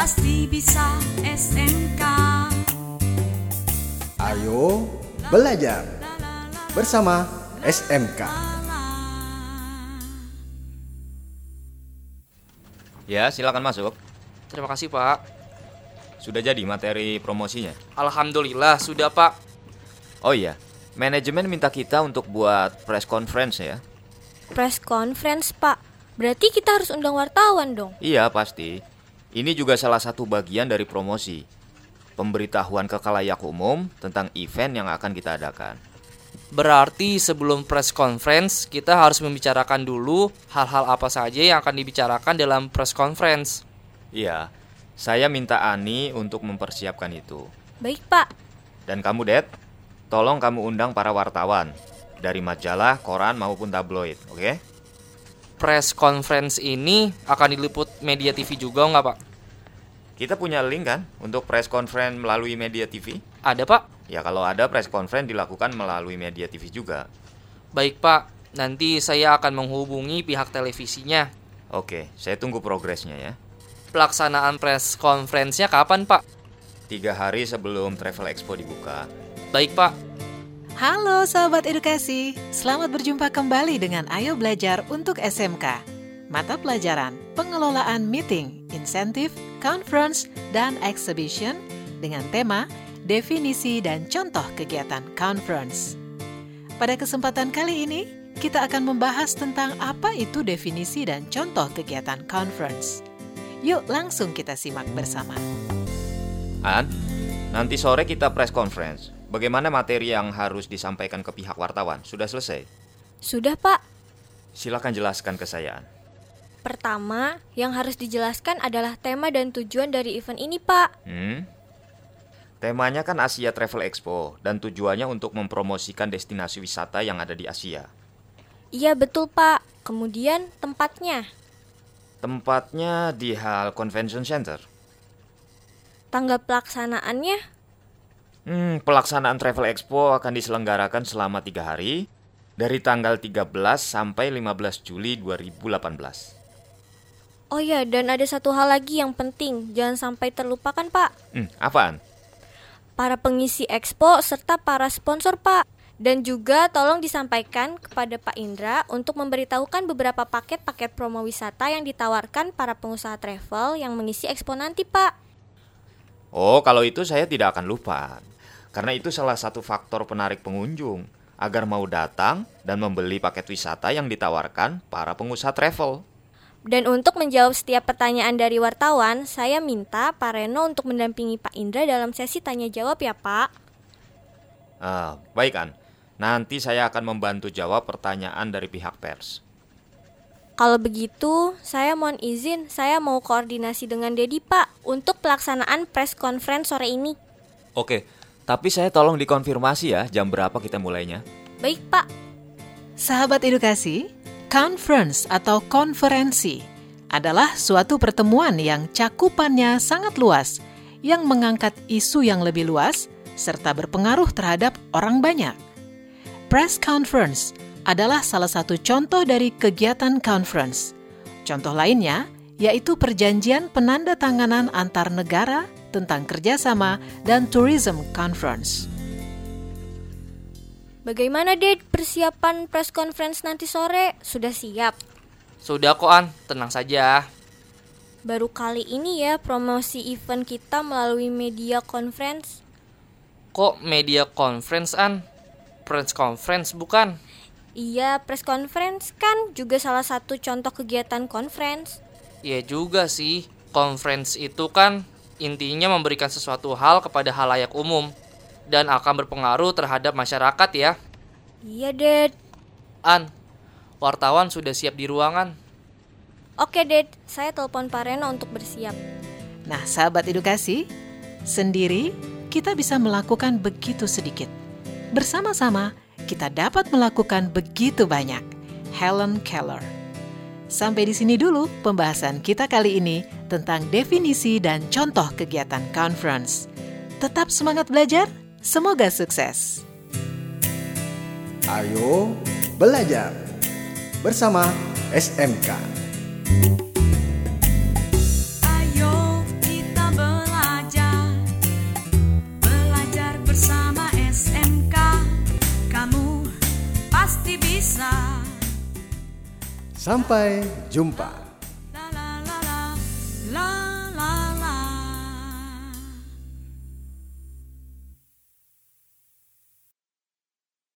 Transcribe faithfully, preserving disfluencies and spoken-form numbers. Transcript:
pasti bisa S M K. Ayo belajar bersama S M K. Ya, silakan masuk. Terima kasih, Pak. Sudah jadi materi promosinya? Alhamdulillah, sudah, Pak. Oh iya, manajemen minta kita untuk buat press conference ya. Press conference, Pak. Berarti kita harus undang wartawan dong? Iya, pasti. Ini juga salah satu bagian dari promosi. Pemberitahuan ke khalayak umum tentang event yang akan kita adakan. Berarti sebelum press conference, kita harus membicarakan dulu hal-hal apa saja yang akan dibicarakan dalam press conference. Iya, saya minta Ani untuk mempersiapkan itu. Baik, Pak. Dan kamu, Det, tolong kamu undang para wartawan dari majalah, koran maupun tabloid, oke? Okay? Press conference ini akan diliput media T V juga nggak, Pak? Kita punya link kan untuk press conference melalui media T V? Ada, Pak. Ya, kalau ada press conference dilakukan melalui media T V juga. Baik, Pak. Nanti saya akan menghubungi pihak televisinya. Oke, saya tunggu progresnya ya. Pelaksanaan press conference-nya kapan, Pak? Tiga hari sebelum Travel Expo dibuka. Baik, Pak. Halo Sahabat Edukasi, selamat berjumpa kembali dengan Ayo Belajar untuk S M K. Mata pelajaran pengelolaan meeting, insentif, conference, dan exhibition dengan tema definisi dan contoh kegiatan conference. Pada kesempatan kali ini, kita akan membahas tentang apa itu definisi dan contoh kegiatan conference. Yuk langsung kita simak bersama. An, nanti sore kita press conference. Bagaimana materi yang harus disampaikan ke pihak wartawan? Sudah selesai? Sudah, Pak. Silakan jelaskan ke saya, An. Pertama, yang harus dijelaskan adalah tema dan tujuan dari event ini, Pak. Hmm? Temanya kan Asia Travel Expo dan tujuannya untuk mempromosikan destinasi wisata yang ada di Asia. Iya, betul, Pak. Kemudian tempatnya. Tempatnya di Hall Convention Center. Tanggal pelaksanaannya? Hmm, pelaksanaan Travel Expo akan diselenggarakan selama tiga hari, dari tanggal tiga belas sampai lima belas Juli dua ribu delapan belas. Oh ya, dan ada satu hal lagi yang penting, jangan sampai terlupakan, Pak. Hmm, apaan? Para pengisi expo serta para sponsor, Pak. Dan juga tolong disampaikan kepada Pak Indra untuk memberitahukan beberapa paket-paket promo wisata yang ditawarkan para pengusaha travel yang mengisi expo nanti, Pak. Oh, kalau itu saya tidak akan lupa. Karena itu salah satu faktor penarik pengunjung agar mau datang dan membeli paket wisata yang ditawarkan para pengusaha travel. Dan untuk menjawab setiap pertanyaan dari wartawan, saya minta Pak Reno untuk mendampingi Pak Indra dalam sesi tanya jawab ya, Pak. Ah, baik, An. Nanti saya akan membantu jawab pertanyaan dari pihak pers. Kalau begitu, saya mohon izin, saya mau koordinasi dengan Dedi, Pak, untuk pelaksanaan press conference sore ini. Oke, tapi saya tolong dikonfirmasi ya jam berapa kita mulainya. Baik, Pak. Sahabat Edukasi, conference atau konferensi adalah suatu pertemuan yang cakupannya sangat luas, yang mengangkat isu yang lebih luas, serta berpengaruh terhadap orang banyak. Press conference adalah salah satu contoh dari kegiatan conference. Contoh lainnya yaitu perjanjian penandatanganan antar negara tentang kerjasama dan tourism conference. Bagaimana, Ded, persiapan press conference nanti sore? Sudah siap? Sudah kok, An. Tenang saja. Baru kali ini ya promosi event kita melalui media conference. Kok media conference, An? Press conference bukan? Iya, press conference kan juga salah satu contoh kegiatan conference. Iya juga sih. Conference itu kan intinya memberikan sesuatu hal kepada khalayak umum dan akan berpengaruh terhadap masyarakat ya. Iya, Ded. An, wartawan sudah siap di ruangan. Oke, Ded. Saya telepon Pak Reno untuk bersiap. Nah, sahabat edukasi, sendiri kita bisa melakukan begitu sedikit. Bersama-sama, kita dapat melakukan begitu banyak. Helen Keller. Sampai di sini dulu pembahasan kita kali ini tentang definisi dan contoh kegiatan conference. Tetap semangat belajar, semoga sukses. Ayo belajar bersama S M K. Ayo kita Sampai jumpa.